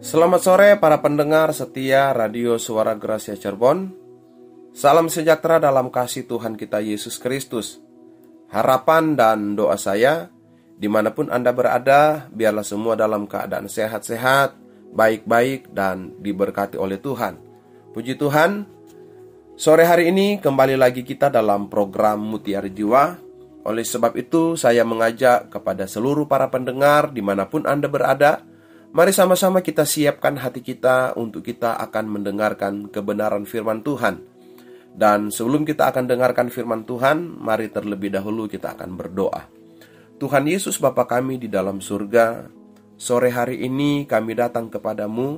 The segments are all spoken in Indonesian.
Selamat sore para pendengar setia Radio Suara Gracia Cirebon. Salam sejahtera dalam kasih Tuhan kita Yesus Kristus. Harapan dan doa saya, dimanapun Anda berada, biarlah semua dalam keadaan sehat-sehat, baik-baik, dan diberkati oleh Tuhan. Puji Tuhan, sore hari ini kembali lagi kita dalam program Mutiara Jiwa. Oleh sebab itu, saya mengajak kepada seluruh para pendengar dimanapun Anda berada, mari sama-sama kita siapkan hati kita untuk kita akan mendengarkan kebenaran firman Tuhan. Dan sebelum kita akan dengarkan firman Tuhan, mari terlebih dahulu kita akan berdoa. Tuhan Yesus Bapa kami di dalam surga, sore hari ini kami datang kepadamu.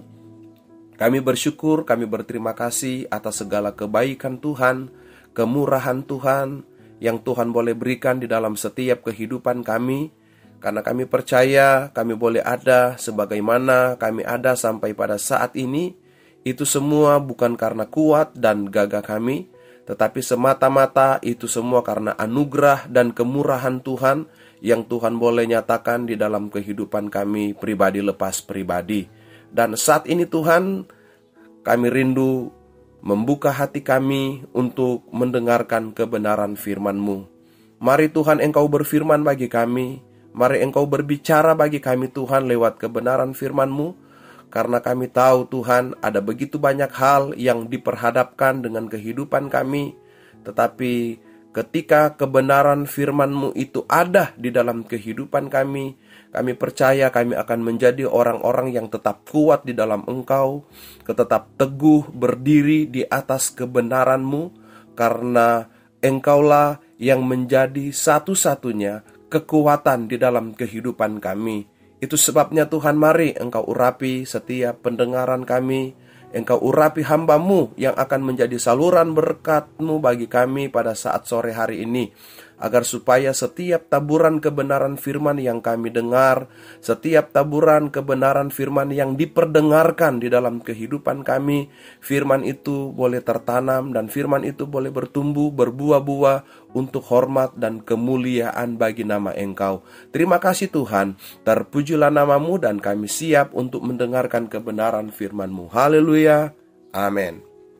Kami bersyukur, kami berterima kasih atas segala kebaikan Tuhan, kemurahan Tuhan yang Tuhan boleh berikan di dalam setiap kehidupan kami. Karena kami percaya kami boleh ada sebagaimana kami ada sampai pada saat ini, itu semua bukan karena kuat dan gagah kami, tetapi semata-mata itu semua karena anugerah dan kemurahan Tuhan yang Tuhan boleh nyatakan di dalam kehidupan kami pribadi lepas pribadi. Dan saat ini Tuhan, kami rindu membuka hati kami untuk mendengarkan kebenaran firman-Mu. Mari Tuhan Engkau berfirman bagi kami. Mari Engkau berbicara bagi kami Tuhan lewat kebenaran firman-Mu. Karena kami tahu Tuhan ada begitu banyak hal yang diperhadapkan dengan kehidupan kami. Tetapi ketika kebenaran firman-Mu itu ada di dalam kehidupan kami percaya kami akan menjadi orang-orang yang tetap kuat di dalam Engkau, tetap teguh berdiri di atas kebenaran-Mu, karena Engkaulah yang menjadi satu-satunya kekuatan di dalam kehidupan kami. Itu sebabnya Tuhan, mari Engkau urapi setiap pendengaran kami. Engkau urapi hamba-Mu yang akan menjadi saluran berkat-Mu bagi kami pada saat sore hari ini. Agar supaya setiap taburan kebenaran firman yang kami dengar, setiap taburan kebenaran firman yang diperdengarkan di dalam kehidupan kami, firman itu boleh tertanam dan firman itu boleh bertumbuh, berbuah-buah untuk hormat dan kemuliaan bagi nama Engkau. Terima kasih Tuhan, terpujilah nama-Mu dan kami siap untuk mendengarkan kebenaran firman-Mu. Haleluya, amin.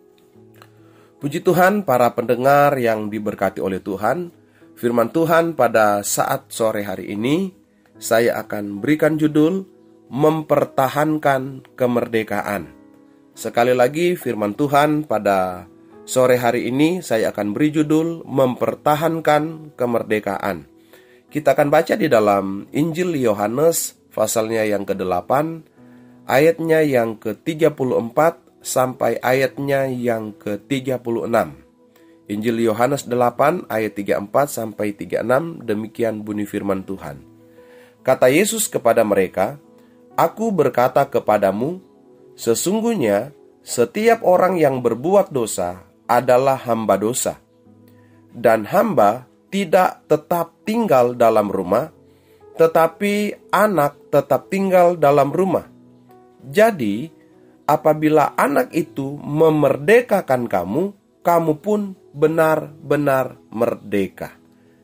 Puji Tuhan, para pendengar yang diberkati oleh Tuhan. Firman Tuhan pada saat sore hari ini, saya akan berikan judul Mempertahankan Kemerdekaan. Sekali lagi firman Tuhan pada sore hari ini, saya akan beri judul Mempertahankan Kemerdekaan. Kita akan baca di dalam Injil Yohanes, pasalnya yang ke-8, ayatnya yang ke-34 sampai ayatnya yang ke-36. Injil Yohanes 8 ayat 34 sampai 36, demikian bunyi firman Tuhan. Kata Yesus kepada mereka, "Aku berkata kepadamu, sesungguhnya setiap orang yang berbuat dosa adalah hamba dosa. Dan hamba tidak tetap tinggal dalam rumah, tetapi anak tetap tinggal dalam rumah. Jadi, apabila anak itu memerdekakan kamu, kamu pun benar-benar merdeka."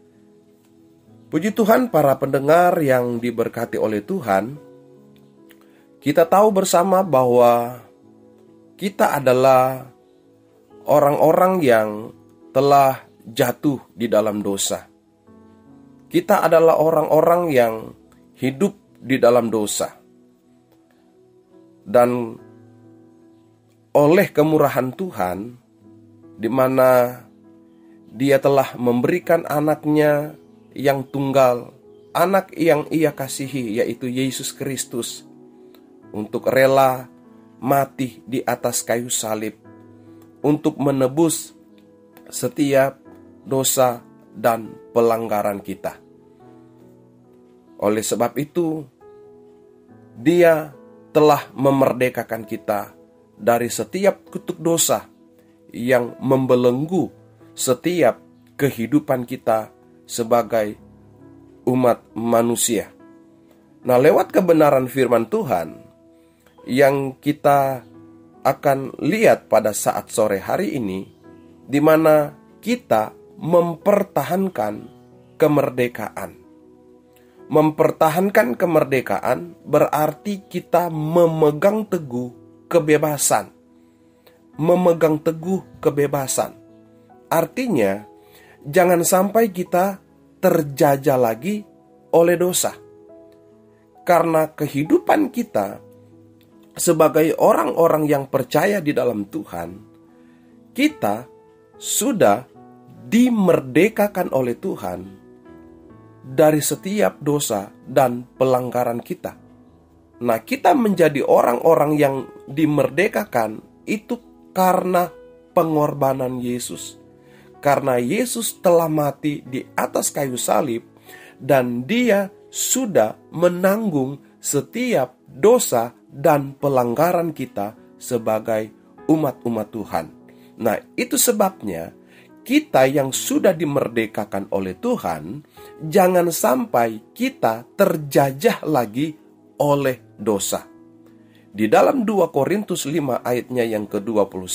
Puji Tuhan, para pendengar yang diberkati oleh Tuhan, kita tahu bersama bahwa kita adalah orang-orang yang telah jatuh di dalam dosa. Kita adalah orang-orang yang hidup di dalam dosa. Dan oleh kemurahan Tuhan, di mana Dia telah memberikan anaknya yang tunggal, anak yang Ia kasihi, yaitu Yesus Kristus, untuk rela mati di atas kayu salib, untuk menebus setiap dosa dan pelanggaran kita. Oleh sebab itu, Dia telah memerdekakan kita dari setiap kutuk dosa yang membelenggu setiap kehidupan kita sebagai umat manusia. Nah, lewat kebenaran firman Tuhan yang kita akan lihat pada saat sore hari ini, di mana kita mempertahankan kemerdekaan. Mempertahankan kemerdekaan berarti kita memegang teguh kebebasan. Memegang teguh kebebasan. Artinya, jangan sampai kita terjajah lagi oleh dosa. Karena kehidupan kita sebagai orang-orang yang percaya di dalam Tuhan, kita sudah dimerdekakan oleh Tuhan dari setiap dosa dan pelanggaran kita. Nah, kita menjadi orang-orang yang dimerdekakan itu karena pengorbanan Yesus. Karena Yesus telah mati di atas kayu salib dan Dia sudah menanggung setiap dosa dan pelanggaran kita sebagai umat-umat Tuhan. Nah, itu sebabnya kita yang sudah dimerdekakan oleh Tuhan, jangan sampai kita terjajah lagi oleh dosa. Di dalam 2 Korintus 5 ayatnya yang ke-21,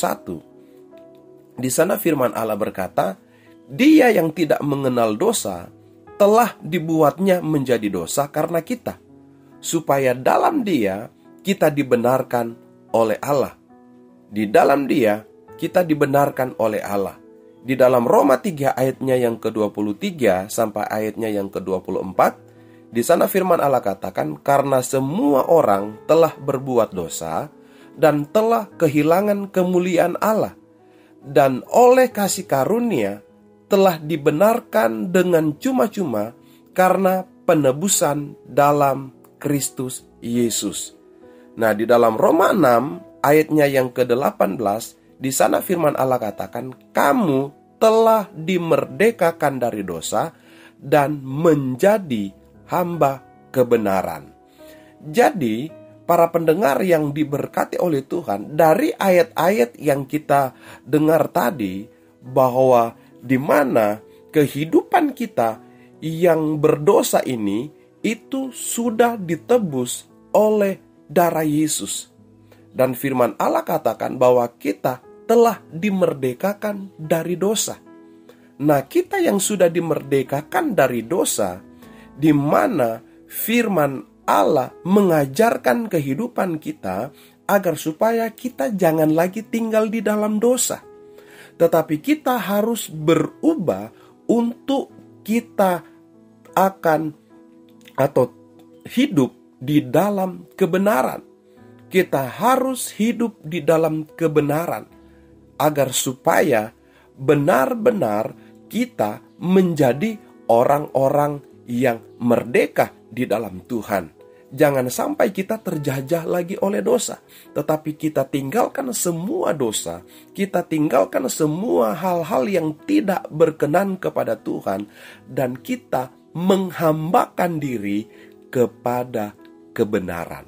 di sana firman Allah berkata, Dia yang tidak mengenal dosa telah dibuatnya menjadi dosa karena kita, supaya dalam Dia kita dibenarkan oleh Allah. Di dalam Dia kita dibenarkan oleh Allah. Di dalam Roma 3 ayatnya yang ke-23 sampai ayatnya yang ke-24, di sana firman Allah katakan, karena semua orang telah berbuat dosa dan telah kehilangan kemuliaan Allah, dan oleh kasih karunia telah dibenarkan dengan cuma-cuma karena penebusan dalam Kristus Yesus. Nah, di dalam Roma 6 ayatnya yang ke-18, di sana firman Allah katakan, kamu telah dimerdekakan dari dosa dan menjadi hamba kebenaran. Jadi, para pendengar yang diberkati oleh Tuhan, dari ayat-ayat yang kita dengar tadi, bahwa di mana kehidupan kita yang berdosa ini, itu sudah ditebus oleh darah Yesus. Dan firman Allah katakan bahwa kita telah dimerdekakan dari dosa. Nah, kita yang sudah dimerdekakan dari dosa, di mana firman Allah mengajarkan kehidupan kita agar supaya kita jangan lagi tinggal di dalam dosa. Tetapi kita harus berubah untuk kita akan atau hidup di dalam kebenaran. Kita harus hidup di dalam kebenaran agar supaya benar-benar kita menjadi orang-orang yang merdeka di dalam Tuhan. Jangan sampai kita terjajah lagi oleh dosa, tetapi kita tinggalkan semua dosa, kita tinggalkan semua hal-hal yang tidak berkenan kepada Tuhan, dan kita menghambakan diri kepada kebenaran.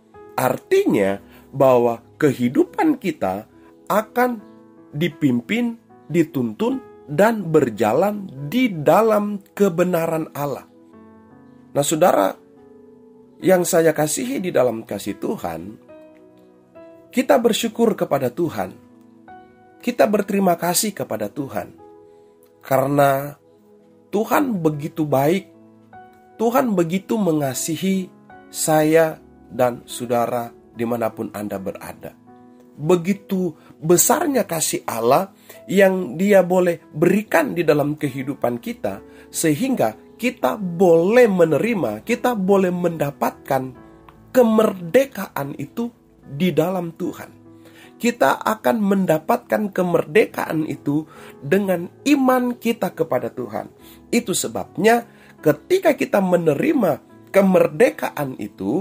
Artinya bahwa kehidupan kita akan dipimpin, dituntun, dan berjalan di dalam kebenaran Allah. Nah, saudara yang saya kasihi di dalam kasih Tuhan, kita bersyukur kepada Tuhan. Kita berterima kasih kepada Tuhan. Karena Tuhan begitu baik, Tuhan begitu mengasihi saya dan saudara dimanapun Anda berada. Begitu besarnya kasih Allah yang Dia boleh berikan di dalam kehidupan kita, sehingga kita boleh menerima, kita boleh mendapatkan kemerdekaan itu di dalam Tuhan. Kita akan mendapatkan kemerdekaan itu dengan iman kita kepada Tuhan. Itu sebabnya ketika kita menerima kemerdekaan itu,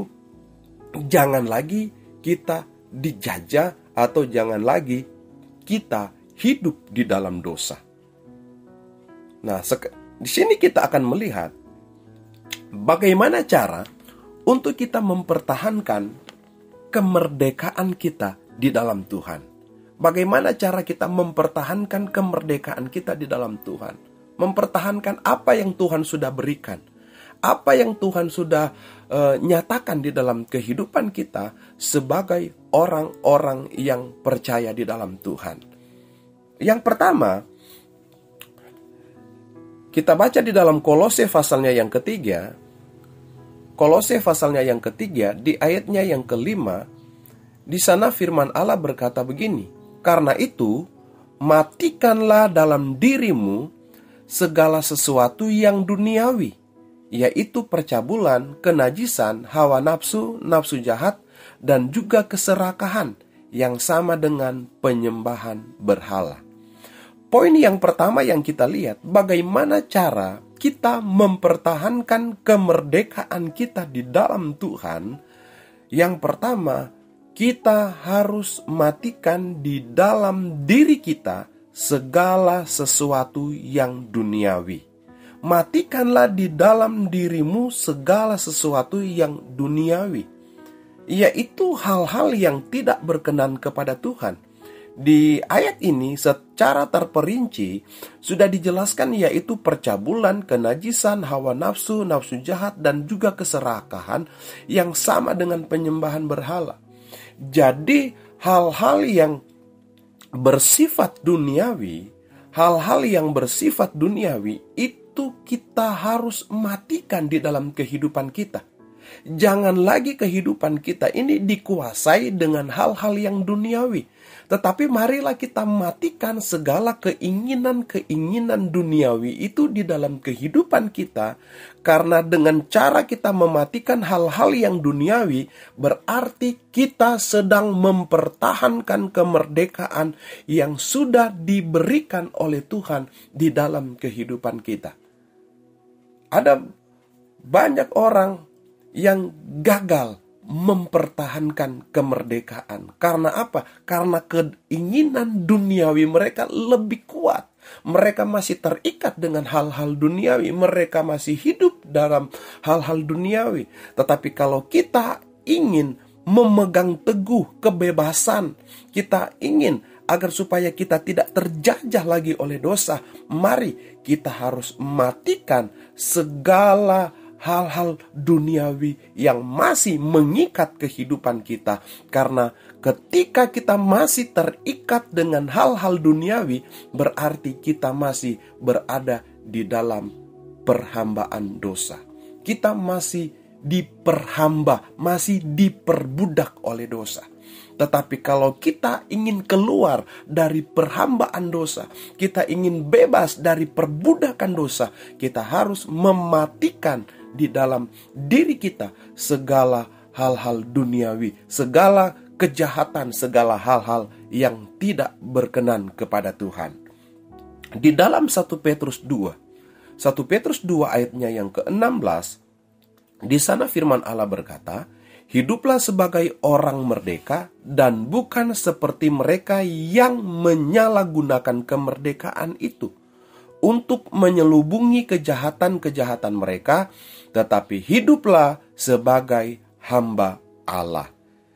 jangan lagi kita dijajah atau jangan lagi kita hidup di dalam dosa. Nah, di sini kita akan melihat bagaimana cara untuk kita mempertahankan kemerdekaan kita di dalam Tuhan. Bagaimana cara kita mempertahankan kemerdekaan kita di dalam Tuhan. Mempertahankan apa yang Tuhan sudah berikan. Apa yang Tuhan sudah nyatakan di dalam kehidupan kita sebagai orang-orang yang percaya di dalam Tuhan. Yang pertama, kita baca di dalam Kolose pasalnya yang ketiga, Kolose pasalnya yang ketiga, di ayatnya yang kelima, di sana firman Allah berkata begini, "Karena itu, matikanlah dalam dirimu segala sesuatu yang duniawi, yaitu percabulan, kenajisan, hawa nafsu, nafsu jahat, dan juga keserakahan yang sama dengan penyembahan berhala." Poin yang pertama yang kita lihat, bagaimana cara kita mempertahankan kemerdekaan kita di dalam Tuhan. Yang pertama, kita harus matikan di dalam diri kita segala sesuatu yang duniawi. Matikanlah di dalam dirimu segala sesuatu yang duniawi, yaitu hal-hal yang tidak berkenan kepada Tuhan. Di ayat ini secara terperinci sudah dijelaskan, yaitu percabulan, kenajisan, hawa nafsu, nafsu jahat, dan juga keserakahan yang sama dengan penyembahan berhala. Jadi hal-hal yang bersifat duniawi, itu kita harus matikan di dalam kehidupan kita. Jangan lagi kehidupan kita ini dikuasai dengan hal-hal yang duniawi, tetapi marilah kita matikan segala keinginan-keinginan duniawi itu di dalam kehidupan kita. Karena dengan cara kita mematikan hal-hal yang duniawi, berarti kita sedang mempertahankan kemerdekaan yang sudah diberikan oleh Tuhan di dalam kehidupan kita. Ada banyak orang yang gagal mempertahankan kemerdekaan. Karena apa? Karena keinginan duniawi mereka lebih kuat. Mereka masih terikat dengan hal-hal duniawi. Mereka masih hidup dalam hal-hal duniawi. Tetapi kalau kita ingin memegang teguh kebebasan, kita ingin agar supaya kita tidak terjajah lagi oleh dosa, mari kita harus matikan segala hal-hal duniawi yang masih mengikat kehidupan kita. Karena ketika kita masih terikat dengan hal-hal duniawi, berarti kita masih berada di dalam perhambaan dosa. Kita masih diperhamba, masih diperbudak oleh dosa. Tetapi kalau kita ingin keluar dari perhambaan dosa, kita ingin bebas dari perbudakan dosa, kita harus mematikan di dalam diri kita segala hal-hal duniawi, segala kejahatan, segala hal-hal yang tidak berkenan kepada Tuhan. Di dalam 1 Petrus 2 ayatnya yang ke-16, di sana firman Allah berkata, "Hiduplah sebagai orang merdeka dan bukan seperti mereka yang menyalahgunakan kemerdekaan itu untuk menyelubungi kejahatan-kejahatan mereka, tetapi hiduplah sebagai hamba Allah."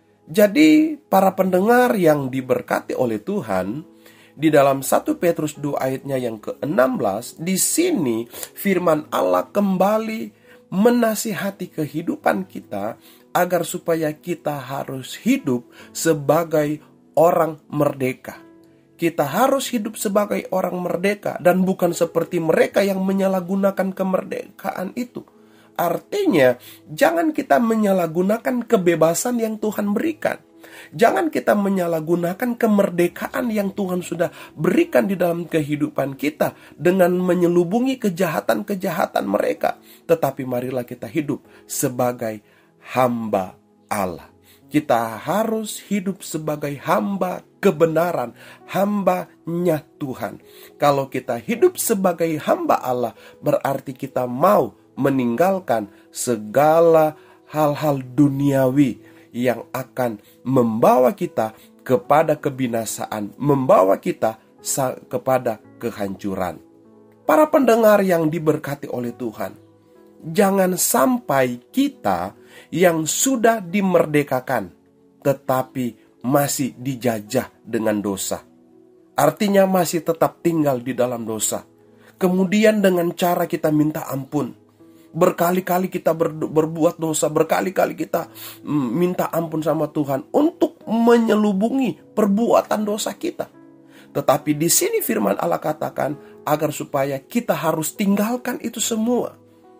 Jadi para pendengar yang diberkati oleh Tuhan, di dalam 1 Petrus 2 ayatnya yang ke-16, di sini firman Allah kembali menasihati kehidupan kita agar supaya kita harus hidup sebagai orang merdeka. Kita harus hidup sebagai orang merdeka dan bukan seperti mereka yang menyalahgunakan kemerdekaan itu. Artinya, jangan kita menyalahgunakan kebebasan yang Tuhan berikan. Jangan kita menyalahgunakan kemerdekaan yang Tuhan sudah berikan di dalam kehidupan kita dengan menyelubungi kejahatan-kejahatan mereka. Tetapi marilah kita hidup sebagai hamba Allah. Kita harus hidup sebagai hamba kebenaran, hambanya Tuhan. Kalau kita hidup sebagai hamba Allah, berarti kita mau meninggalkan segala hal-hal duniawi yang akan membawa kita kepada kebinasaan, membawa kita kepada kehancuran. Para pendengar yang diberkati oleh Tuhan, jangan sampai kita yang sudah dimerdekakan tetapi masih dijajah dengan dosa. Artinya masih tetap tinggal di dalam dosa. Kemudian dengan cara kita minta ampun, berkali-kali kita berbuat dosa, berkali-kali kita minta ampun sama Tuhan untuk menyelubungi perbuatan dosa kita. Tetapi di sini firman Allah katakan agar supaya kita harus tinggalkan itu semua.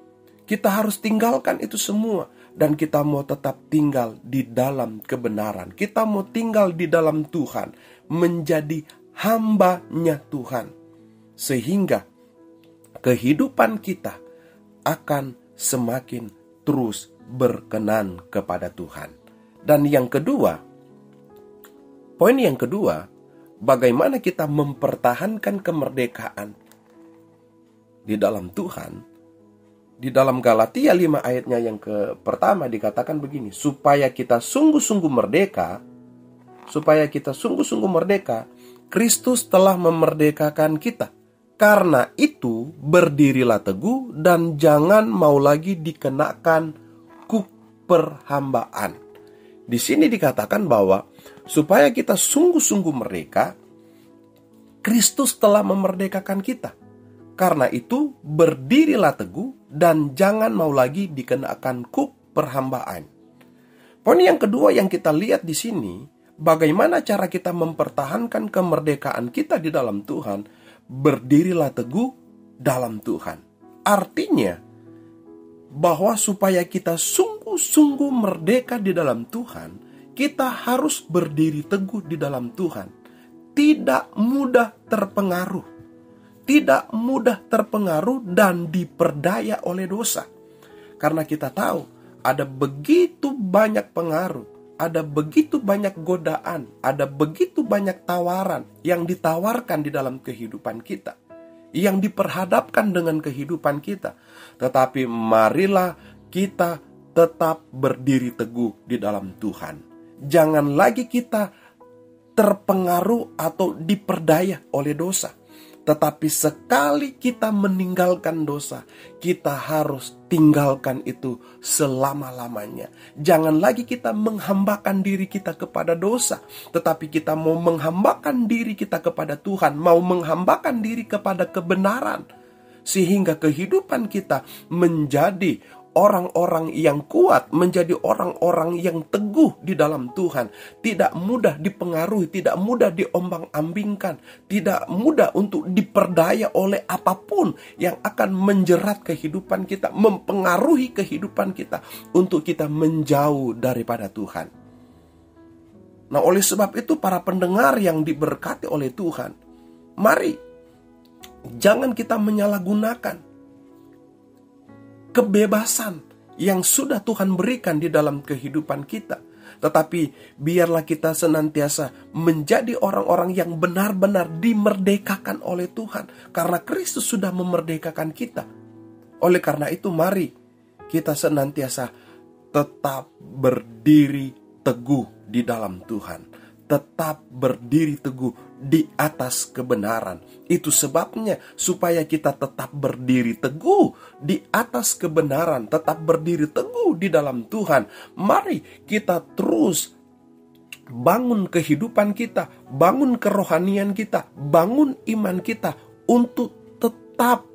Kita harus tinggalkan itu semua. Dan kita mau tetap tinggal di dalam kebenaran. Kita mau tinggal di dalam Tuhan. Menjadi hamba-Nya Tuhan. Sehingga kehidupan kita akan semakin terus berkenan kepada Tuhan. Dan yang kedua, poin yang kedua, bagaimana kita mempertahankan kemerdekaan di dalam Tuhan. Di dalam Galatia 5 ayatnya yang pertama dikatakan begini, supaya kita sungguh-sungguh merdeka, Kristus telah memerdekakan kita. Karena itu, berdirilah teguh dan jangan mau lagi dikenakan kuk perhambaan. Di sini dikatakan bahwa supaya kita sungguh-sungguh merdeka, Kristus telah memerdekakan kita. Karena itu, berdirilah teguh dan jangan mau lagi dikenakan kuk perhambaan. Poin yang kedua yang kita lihat di sini, bagaimana cara kita mempertahankan kemerdekaan kita di dalam Tuhan. Berdirilah teguh dalam Tuhan. Artinya bahwa supaya kita sungguh-sungguh merdeka di dalam Tuhan, kita harus berdiri teguh di dalam Tuhan. Tidak mudah terpengaruh dan diperdaya oleh dosa. Karena kita tahu ada begitu banyak pengaruh, ada begitu banyak godaan, ada begitu banyak tawaran yang ditawarkan di dalam kehidupan kita, yang diperhadapkan dengan kehidupan kita. Tetapi marilah kita tetap berdiri teguh di dalam Tuhan. Jangan lagi kita terpengaruh atau diperdaya oleh dosa. Tetapi sekali kita meninggalkan dosa, kita harus tinggalkan itu selama-lamanya. Jangan lagi kita menghambakan diri kita kepada dosa, tetapi kita mau menghambakan diri kita kepada Tuhan, mau menghambakan diri kepada kebenaran. Sehingga kehidupan kita menjadi orang-orang yang kuat, menjadi orang-orang yang teguh di dalam Tuhan. Tidak mudah dipengaruhi, tidak mudah diombang-ambingkan, tidak mudah untuk diperdaya oleh apapun yang akan menjerat kehidupan kita, mempengaruhi kehidupan kita untuk kita menjauh daripada Tuhan. Nah, oleh sebab itu para pendengar yang diberkati oleh Tuhan, mari jangan kita menyalahgunakan kebebasan yang sudah Tuhan berikan di dalam kehidupan kita. Tetapi biarlah kita senantiasa menjadi orang-orang yang benar-benar dimerdekakan oleh Tuhan. Karena Kristus sudah memerdekakan kita. Oleh karena itu mari kita senantiasa tetap berdiri teguh di dalam Tuhan. Tetap berdiri teguh di atas kebenaran. Itu sebabnya supaya kita tetap berdiri teguh di atas kebenaran, tetap berdiri teguh di dalam Tuhan. Mari kita terus bangun kehidupan kita, bangun kerohanian kita, bangun iman kita untuk tetap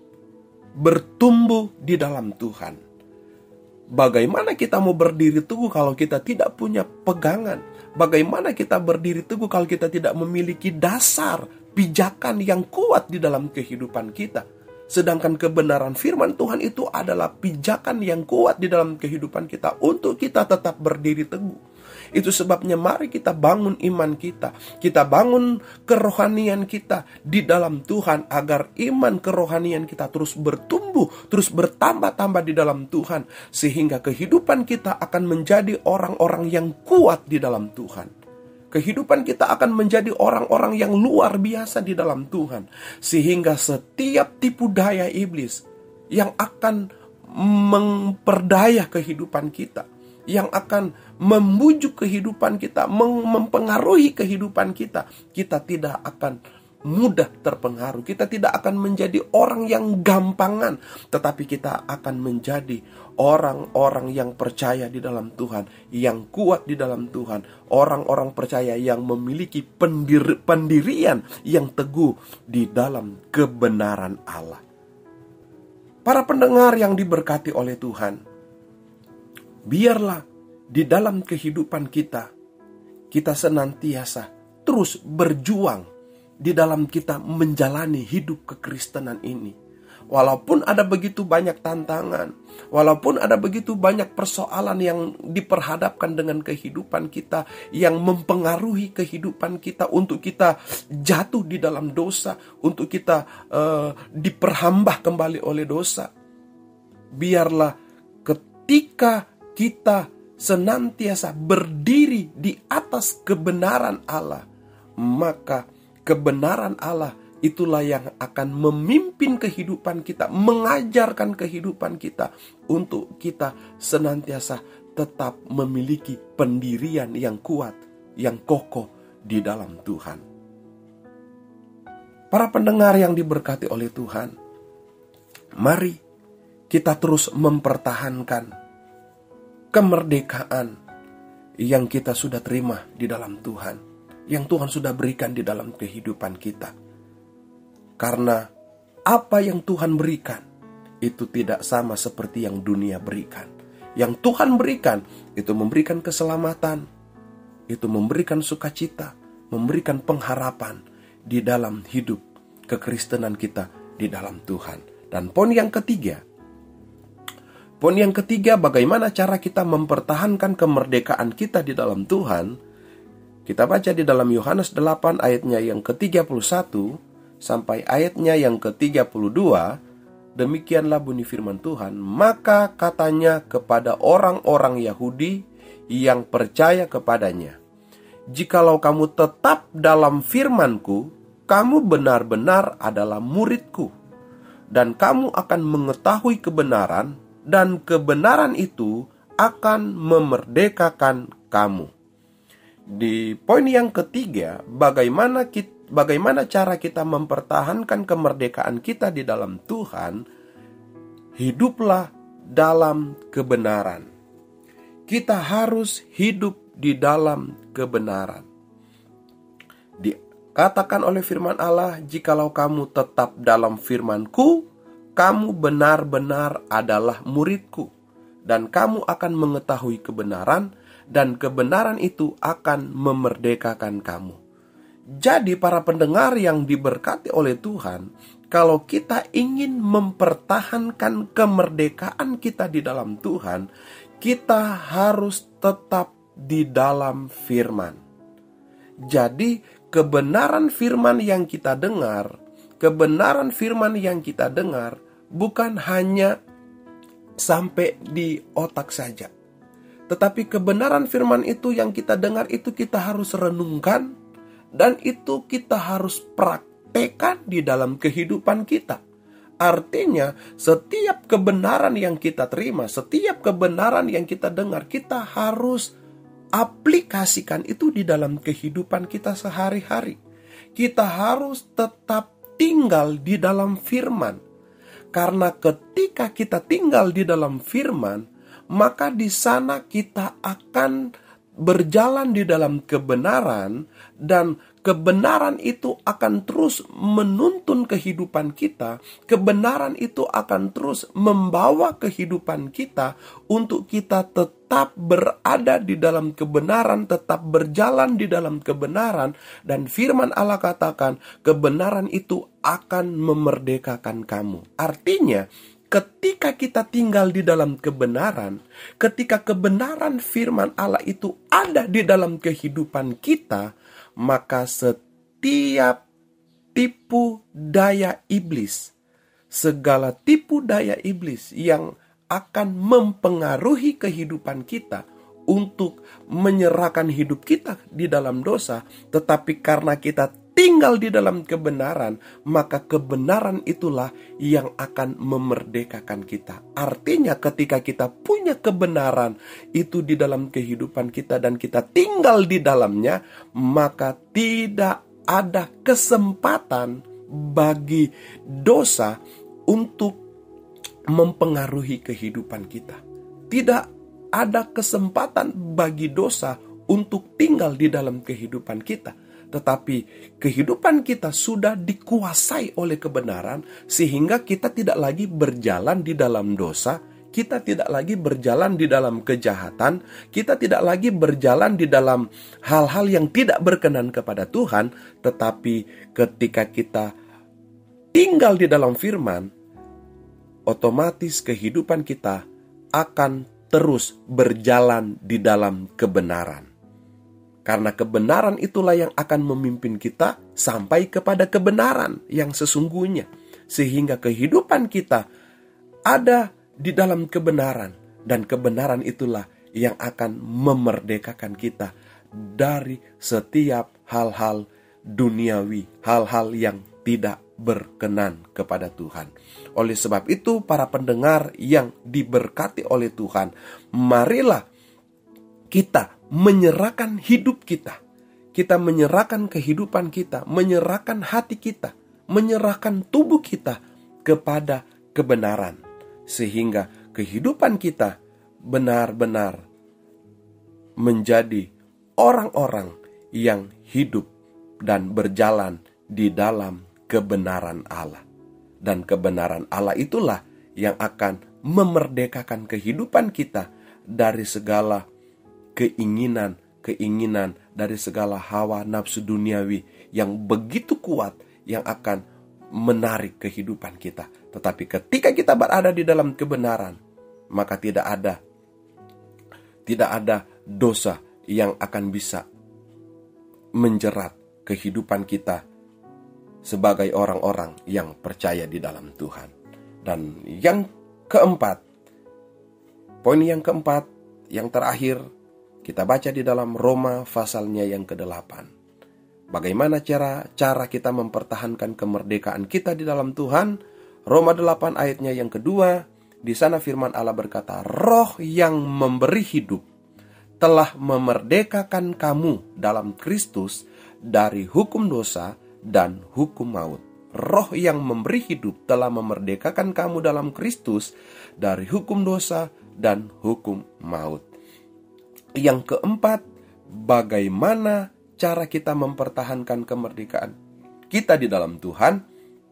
bertumbuh di dalam Tuhan. Bagaimana kita mau berdiri teguh kalau kita tidak punya pegangan? Bagaimana kita berdiri teguh kalau kita tidak memiliki dasar pijakan yang kuat di dalam kehidupan kita? Sedangkan kebenaran firman Tuhan itu adalah pijakan yang kuat di dalam kehidupan kita untuk kita tetap berdiri teguh. Itu sebabnya mari kita bangun iman kita. Kita bangun kerohanian kita di dalam Tuhan agar iman kerohanian kita terus bertumbuh, terus bertambah-tambah di dalam Tuhan. Sehingga kehidupan kita akan menjadi orang-orang yang kuat di dalam Tuhan. Kehidupan kita akan menjadi orang-orang yang luar biasa di dalam Tuhan. Sehingga setiap tipu daya iblis yang akan memperdaya kehidupan kita, yang akan membujuk kehidupan kita, mempengaruhi kehidupan kita, kita tidak akan mudah terpengaruh. Kita tidak akan menjadi orang yang gampangan, tetapi kita akan menjadi orang-orang yang percaya di dalam Tuhan, yang kuat di dalam Tuhan, orang-orang percaya yang memiliki pendirian yang teguh di dalam kebenaran Allah. Para pendengar yang diberkati oleh Tuhan, biarlah di dalam kehidupan kita, kita senantiasa terus berjuang di dalam kita menjalani hidup kekristenan ini. Walaupun ada begitu banyak tantangan, walaupun ada begitu banyak persoalan yang diperhadapkan dengan kehidupan kita, yang mempengaruhi kehidupan kita untuk kita jatuh di dalam dosa, untuk kita diperhambah kembali oleh dosa. Biarlah ketika kita senantiasa berdiri di atas kebenaran Allah, maka kebenaran Allah itulah yang akan memimpin kehidupan kita, mengajarkan kehidupan kita untuk kita senantiasa tetap memiliki pendirian yang kuat, yang kokoh di dalam Tuhan. Para pendengar yang diberkati oleh Tuhan, mari kita terus mempertahankan kemerdekaan yang kita sudah terima di dalam Tuhan, yang Tuhan sudah berikan di dalam kehidupan kita. Karena apa yang Tuhan berikan itu tidak sama seperti yang dunia berikan. Yang Tuhan berikan itu memberikan keselamatan, itu memberikan sukacita, memberikan pengharapan di dalam hidup kekristenan kita di dalam Tuhan. Dan poin yang ketiga, bagaimana cara kita mempertahankan kemerdekaan kita di dalam Tuhan? Kita baca di dalam Yohanes 8 ayatnya yang ke-31 sampai ayatnya yang ke-32, demikianlah bunyi firman Tuhan. Maka katanya kepada orang-orang Yahudi yang percaya kepadanya, jikalau kamu tetap dalam firman-Ku, kamu benar-benar adalah murid-Ku, dan kamu akan mengetahui kebenaran, dan kebenaran itu akan memerdekakan kamu. Di poin yang ketiga, bagaimana cara kita mempertahankan kemerdekaan kita di dalam Tuhan? Hiduplah dalam kebenaran. Kita harus hidup di dalam kebenaran. Dikatakan oleh firman Allah, jikalau kamu tetap dalam firman-Ku, kamu benar-benar adalah murid-Ku, dan kamu akan mengetahui kebenaran, dan kebenaran itu akan memerdekakan kamu. Jadi para pendengar yang diberkati oleh Tuhan, kalau kita ingin mempertahankan kemerdekaan kita di dalam Tuhan, kita harus tetap di dalam firman. Jadi kebenaran firman yang kita dengar, bukan hanya sampai di otak saja. Tetapi kebenaran firman itu yang kita dengar itu kita harus renungkan, dan itu kita harus praktekkan di dalam kehidupan kita. Artinya setiap kebenaran yang kita terima, setiap kebenaran yang kita dengar, kita harus aplikasikan itu di dalam kehidupan kita sehari-hari. Kita harus tetap tinggal di dalam firman. Karena ketika kita tinggal di dalam firman, maka di sana kita akan berjalan di dalam kebenaran, dan kebenaran itu akan terus menuntun kehidupan kita. Kebenaran itu akan terus membawa kehidupan kita untuk kita tetap berada di dalam kebenaran, tetap berjalan di dalam kebenaran. Dan firman Allah katakan, kebenaran itu akan memerdekakan kamu. Artinya, ketika kita tinggal di dalam kebenaran, ketika kebenaran firman Allah itu ada di dalam kehidupan kita, maka setiap tipu daya iblis, segala tipu daya iblis yang akan mempengaruhi kehidupan kita untuk menyerahkan hidup kita di dalam dosa, tetapi karena kita tinggal di dalam kebenaran, maka kebenaran itulah yang akan memerdekakan kita. Artinya ketika kita punya kebenaran itu di dalam kehidupan kita dan kita tinggal di dalamnya, maka tidak ada kesempatan bagi dosa untuk mempengaruhi kehidupan kita. Tidak ada kesempatan bagi dosa untuk tinggal di dalam kehidupan kita. Tetapi kehidupan kita sudah dikuasai oleh kebenaran, sehingga kita tidak lagi berjalan di dalam dosa, kita tidak lagi berjalan di dalam kejahatan, kita tidak lagi berjalan di dalam hal-hal yang tidak berkenan kepada Tuhan. Tetapi ketika kita tinggal di dalam firman, otomatis kehidupan kita akan terus berjalan di dalam kebenaran. Karena kebenaran itulah yang akan memimpin kita sampai kepada kebenaran yang sesungguhnya. Sehingga kehidupan kita ada di dalam kebenaran. Dan kebenaran itulah yang akan memerdekakan kita dari setiap hal-hal duniawi, hal-hal yang tidak berkenan kepada Tuhan. Oleh sebab itu, para pendengar yang diberkati oleh Tuhan, marilah kita menyerahkan hidup kita. Kita menyerahkan kehidupan kita, menyerahkan hati kita, menyerahkan tubuh kita kepada kebenaran. Sehingga kehidupan kita benar-benar menjadi orang-orang yang hidup dan berjalan di dalam kebenaran Allah. Dan kebenaran Allah itulah yang akan memerdekakan kehidupan kita dari segala keinginan, dari segala hawa nafsu duniawi yang begitu kuat yang akan menarik kehidupan kita. Tetapi ketika kita berada di dalam kebenaran, maka tidak ada dosa yang akan bisa menjerat kehidupan kita sebagai orang-orang yang percaya di dalam Tuhan. Dan yang keempat, poin yang keempat, yang terakhir, kita baca di dalam Roma pasalnya yang ke-8. Bagaimana cara kita mempertahankan kemerdekaan kita di dalam Tuhan? Roma 8 ayatnya yang kedua, di sana firman Allah berkata, Roh yang memberi hidup telah memerdekakan kamu dalam Kristus dari hukum dosa dan hukum maut. Roh yang memberi hidup telah memerdekakan kamu dalam Kristus dari hukum dosa dan hukum maut. Yang keempat, bagaimana cara kita mempertahankan kemerdekaan kita di dalam Tuhan?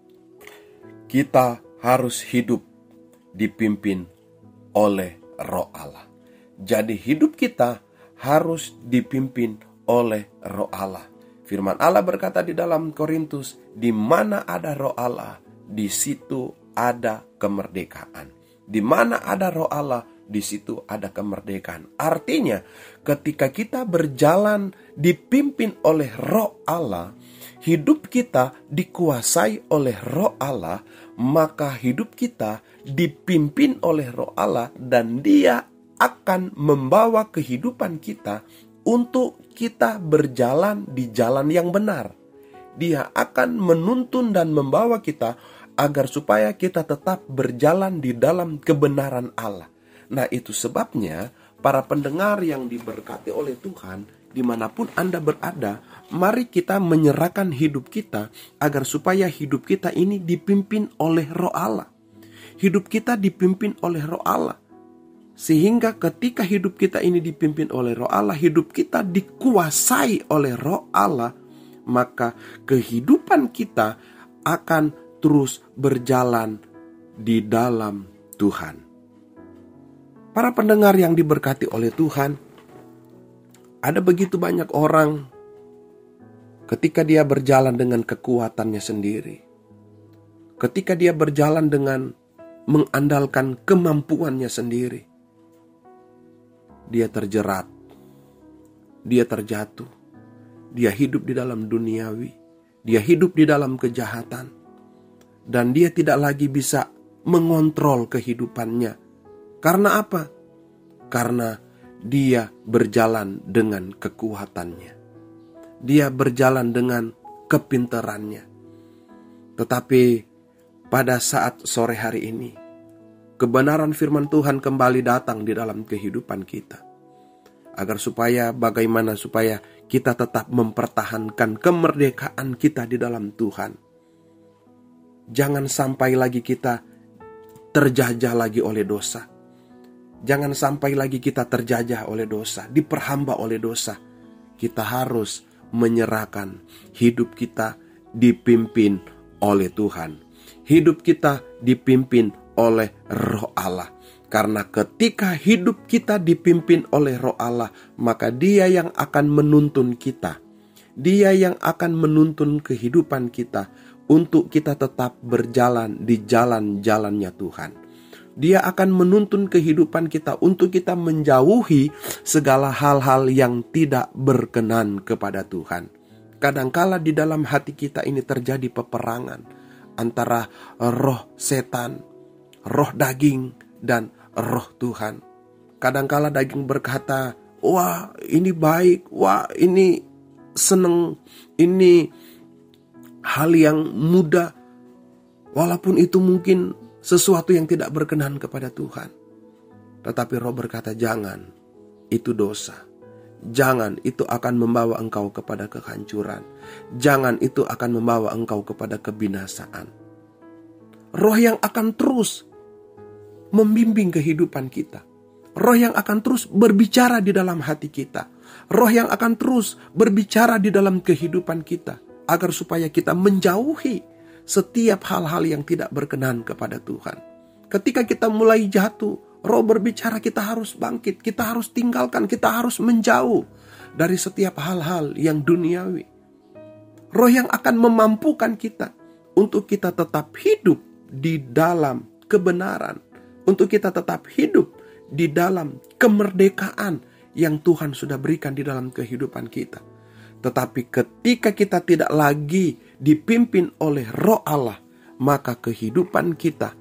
Kita harus hidup dipimpin oleh Roh Allah. Jadi hidup kita harus dipimpin oleh Roh Allah. Firman Allah berkata di dalam Korintus, di mana ada Roh Allah, di situ ada kemerdekaan. Di mana ada Roh Allah, di situ ada kemerdekaan. Artinya, ketika kita berjalan dipimpin oleh Roh Allah, hidup kita dikuasai oleh Roh Allah, maka hidup kita dipimpin oleh Roh Allah dan Dia akan membawa kehidupan kita untuk kita berjalan di jalan yang benar. Dia akan menuntun dan membawa kita agar supaya kita tetap berjalan di dalam kebenaran Allah. Nah, itu sebabnya para pendengar yang diberkati oleh Tuhan, dimanapun Anda berada, mari kita menyerahkan hidup kita agar supaya hidup kita ini dipimpin oleh Roh Allah. Hidup kita dipimpin oleh Roh Allah. Sehingga ketika hidup kita ini dipimpin oleh Roh Allah, hidup kita dikuasai oleh Roh Allah, maka kehidupan kita akan terus berjalan di dalam Tuhan. Para pendengar yang diberkati oleh Tuhan, ada begitu banyak orang ketika dia berjalan dengan kekuatannya sendiri, ketika dia berjalan dengan mengandalkan kemampuannya sendiri, dia terjerat, dia terjatuh, dia hidup di dalam duniawi, dia hidup di dalam kejahatan, dan dia tidak lagi bisa mengontrol kehidupannya. Karena apa? Karena dia berjalan dengan kekuatannya. Dia berjalan dengan kepintarannya. Tetapi pada saat sore hari ini, kebenaran firman Tuhan kembali datang di dalam kehidupan kita. Agar bagaimana supaya kita tetap mempertahankan kemerdekaan kita di dalam Tuhan. Jangan sampai lagi kita terjajah lagi oleh dosa. Jangan sampai lagi kita terjajah oleh dosa, diperhamba oleh dosa. Kita harus menyerahkan hidup kita dipimpin oleh Tuhan. Hidup kita dipimpin oleh Roh Allah. Karena ketika hidup kita dipimpin oleh Roh Allah, maka Dia yang akan menuntun kita. Dia yang akan menuntun kehidupan kita untuk kita tetap berjalan di jalan-jalannya Tuhan. Dia akan menuntun kehidupan kita untuk kita menjauhi segala hal-hal yang tidak berkenan kepada Tuhan. Kadangkala di dalam hati kita ini terjadi peperangan antara roh setan, roh daging, dan roh Tuhan. Kadangkala daging berkata, wah ini baik, wah ini seneng, ini hal yang mudah. Walaupun itu mungkin sesuatu yang tidak berkenan kepada Tuhan. Tetapi roh berkata, jangan, itu dosa. Jangan, itu akan membawa engkau kepada kehancuran. Jangan, itu akan membawa engkau kepada kebinasaan. Roh yang akan terus membimbing kehidupan kita. Roh yang akan terus berbicara di dalam hati kita. Roh yang akan terus berbicara di dalam kehidupan kita. Agar supaya kita menjauhi setiap hal-hal yang tidak berkenan kepada Tuhan. Ketika kita mulai jatuh, roh berbicara kita harus bangkit, kita harus tinggalkan, kita harus menjauh dari setiap hal-hal yang duniawi. Roh yang akan memampukan kita untuk kita tetap hidup di dalam kebenaran, untuk kita tetap hidup di dalam kemerdekaan yang Tuhan sudah berikan di dalam kehidupan kita. Tetapi ketika kita tidak lagi dipimpin oleh Roh Allah, maka kehidupan kita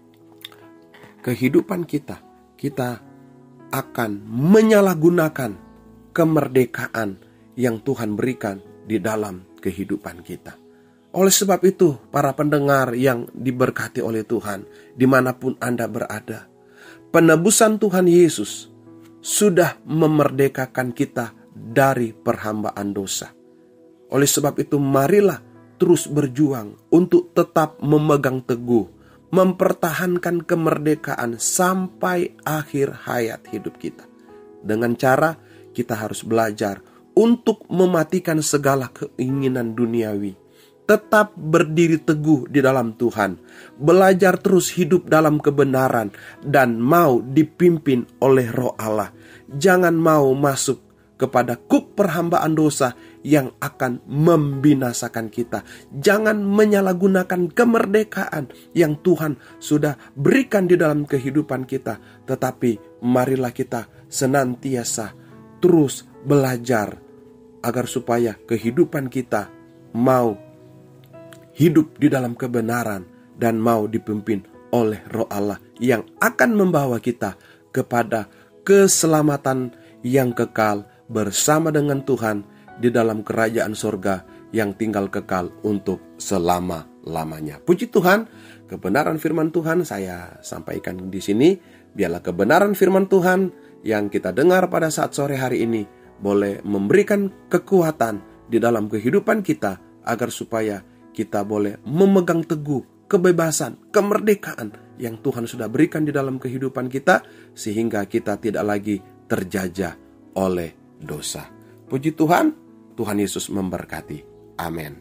akan menyalahgunakan kemerdekaan yang Tuhan berikan di dalam kehidupan kita. Oleh sebab itu, para pendengar yang diberkati oleh Tuhan, dimanapun Anda berada, penebusan Tuhan Yesus sudah memerdekakan kita dari perhambaan dosa. Oleh sebab itu, marilah terus berjuang untuk tetap memegang teguh, mempertahankan kemerdekaan sampai akhir hayat hidup kita. Dengan cara kita harus belajar untuk mematikan segala keinginan duniawi, tetap berdiri teguh di dalam Tuhan, belajar terus hidup dalam kebenaran, dan mau dipimpin oleh Roh Allah. Jangan mau masuk kepada kuk perhambaan dosa yang akan membinasakan kita. Jangan menyalahgunakan kemerdekaan yang Tuhan sudah berikan di dalam kehidupan kita. Tetapi marilah kita senantiasa terus belajar agar supaya kehidupan kita mau hidup di dalam kebenaran dan mau dipimpin oleh Roh Allah yang akan membawa kita kepada keselamatan yang kekal bersama dengan Tuhan di dalam kerajaan sorga yang tinggal kekal untuk selama-lamanya. Puji Tuhan, kebenaran firman Tuhan saya sampaikan di sini. Biarlah kebenaran firman Tuhan yang kita dengar pada saat sore hari ini boleh memberikan kekuatan di dalam kehidupan kita agar supaya kita boleh memegang teguh kebebasan, kemerdekaan yang Tuhan sudah berikan di dalam kehidupan kita, sehingga kita tidak lagi terjajah oleh dosa. Puji Tuhan, Tuhan Yesus memberkati. Amin.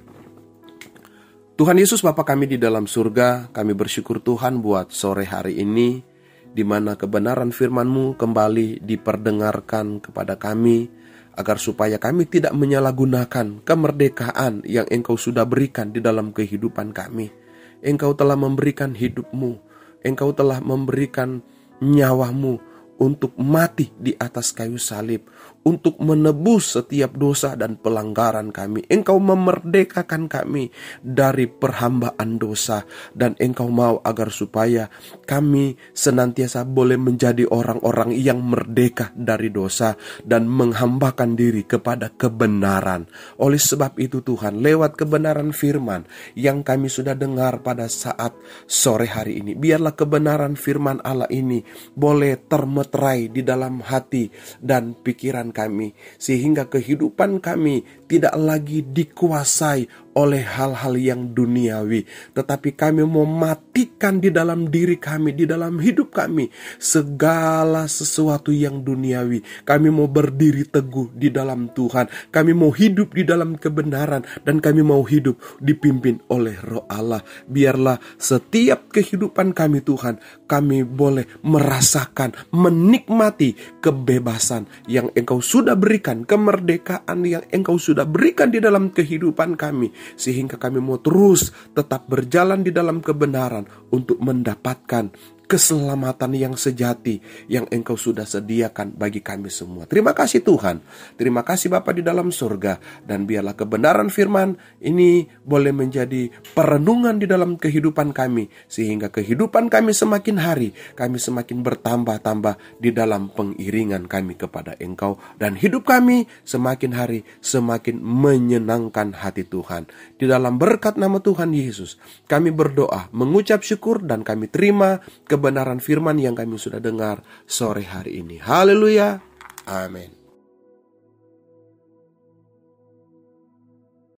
Tuhan Yesus Bapa kami di dalam surga, kami bersyukur Tuhan buat sore hari ini, di mana kebenaran firman-Mu kembali diperdengarkan kepada kami, agar supaya kami tidak menyalahgunakan kemerdekaan yang Engkau sudah berikan di dalam kehidupan kami. Engkau telah memberikan hidup-Mu, Engkau telah memberikan nyawa-Mu untuk mati di atas kayu salib, untuk menebus setiap dosa dan pelanggaran kami. Engkau memerdekakan kami dari perhambaan dosa, dan Engkau mau agar supaya kami senantiasa boleh menjadi orang-orang yang merdeka dari dosa dan menghambakan diri kepada kebenaran. Oleh sebab itu Tuhan, lewat kebenaran firman yang kami sudah dengar pada saat sore hari ini, biarlah kebenaran firman Allah ini boleh termeterai di dalam hati dan pikiran kami, sehingga kehidupan kami tidak lagi dikuasai oleh hal-hal yang duniawi, tetapi kami mematikan di dalam diri kami, di dalam hidup kami, segala sesuatu yang duniawi. Kami mau berdiri teguh di dalam Tuhan, kami mau hidup di dalam kebenaran, dan kami mau hidup dipimpin oleh Roh Allah. Biarlah setiap kehidupan kami Tuhan, kami boleh merasakan, menikmati kebebasan yang Engkau sudah berikan, kemerdekaan yang Engkau sudah berikan di dalam kehidupan kami, sehingga kami mau terus tetap berjalan di dalam kebenaran untuk mendapatkan keselamatan yang sejati yang Engkau sudah sediakan bagi kami semua. Terima kasih Tuhan. Terima kasih Bapa di dalam surga. Dan biarlah kebenaran firman ini boleh menjadi perenungan di dalam kehidupan kami, sehingga kehidupan kami semakin hari, kami semakin bertambah-tambah di dalam pengiringan kami kepada Engkau, dan hidup kami semakin hari semakin menyenangkan hati Tuhan. Di dalam berkat nama Tuhan Yesus, kami berdoa, mengucap syukur, dan kami terima kebenaran firman yang kami sudah dengar sore hari ini. Haleluya. Amin.